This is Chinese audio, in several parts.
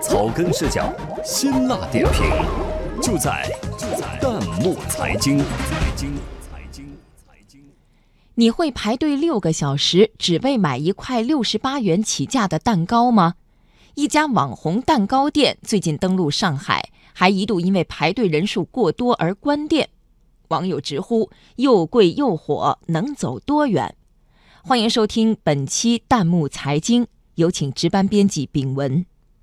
草根视角，辛辣点评，就在弹幕财经。 你会排队6个小时只为买一块68元起价的蛋糕吗？一家网红蛋糕店最近登陆上海，还一度因为排队人数过多而关店。网友直呼又贵又火，能走多远？欢迎收听本期弹幕财经，有请值班编辑秉文。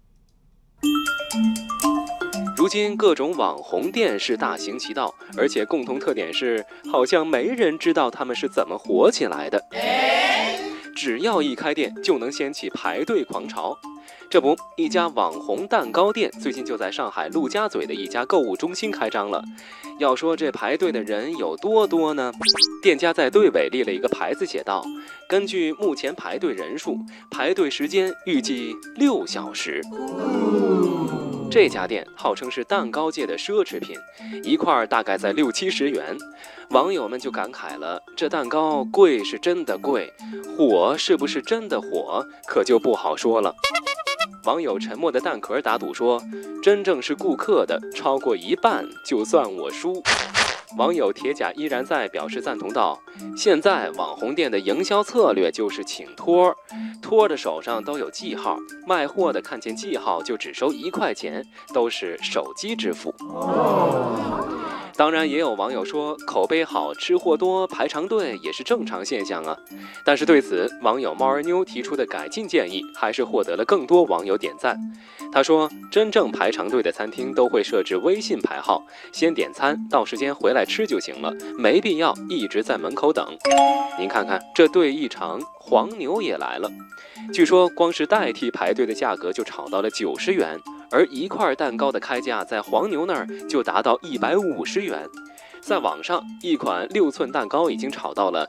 如今各种网红店是大行其道，而且共同特点是好像没人知道他们是怎么火起来的。只要一开店就能掀起排队狂潮。这不，一家网红蛋糕店最近就在上海陆家嘴的一家购物中心开张了。要说这排队的人有多多呢？店家在队尾立了一个牌子，写道：根据目前排队人数，排队时间预计6小时。这家店号称是蛋糕界的奢侈品，一块大概在60-70元。网友们就感慨了，这蛋糕贵是真的贵，火是不是真的火，可就不好说了。网友沉默的蛋壳打赌说，真正是顾客的超过一半就算我输。网友铁甲依然在表示赞同道，现在网红店的营销策略就是请托，托的手上都有记号，卖货的看见记号就只收1块钱，都是手机支付。当然也有网友说，口碑好吃货多排长队也是正常现象啊。但是对此，网友猫儿妞提出的改进建议还是获得了更多网友点赞。他说，真正排长队的餐厅都会设置微信排号，先点餐，到时间回来吃就行了，没必要一直在门口等。您看看这队一长，黄牛也来了。据说光是代替排队的价格就炒到了90元，而一块蛋糕的开价在黄牛那儿就达到150元。在网上，一款6寸蛋糕已经炒到了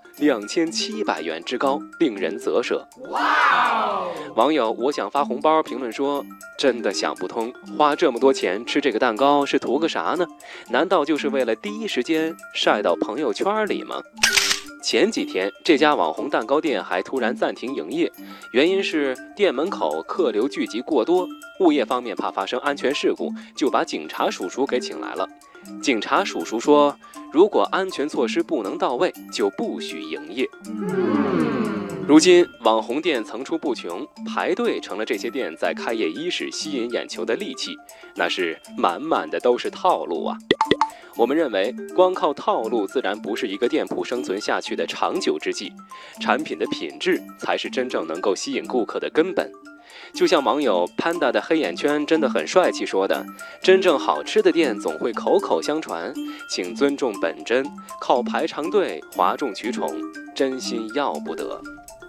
2700元之高，令人啧舌。网友我想发红包评论说，真的想不通，花这么多钱吃这个蛋糕是图个啥呢？难道就是为了第一时间晒到朋友圈里吗？前几天这家网红蛋糕店还突然暂停营业，原因是店门口客流聚集过多，物业方面怕发生安全事故，就把警察叔叔给请来了。警察叔叔说，如果安全措施不能到位，就不许营业。如今网红店层出不穷，排队成了这些店在开业伊始吸引眼球的利器，那是满满的都是套路啊。我们认为，光靠套路自然不是一个店铺生存下去的长久之计，产品的品质才是真正能够吸引顾客的根本。就像网友 Panda 的黑眼圈真的很帅气说的，真正好吃的店总会口口相传，请尊重本真，靠排长队哗众取宠，真心要不得。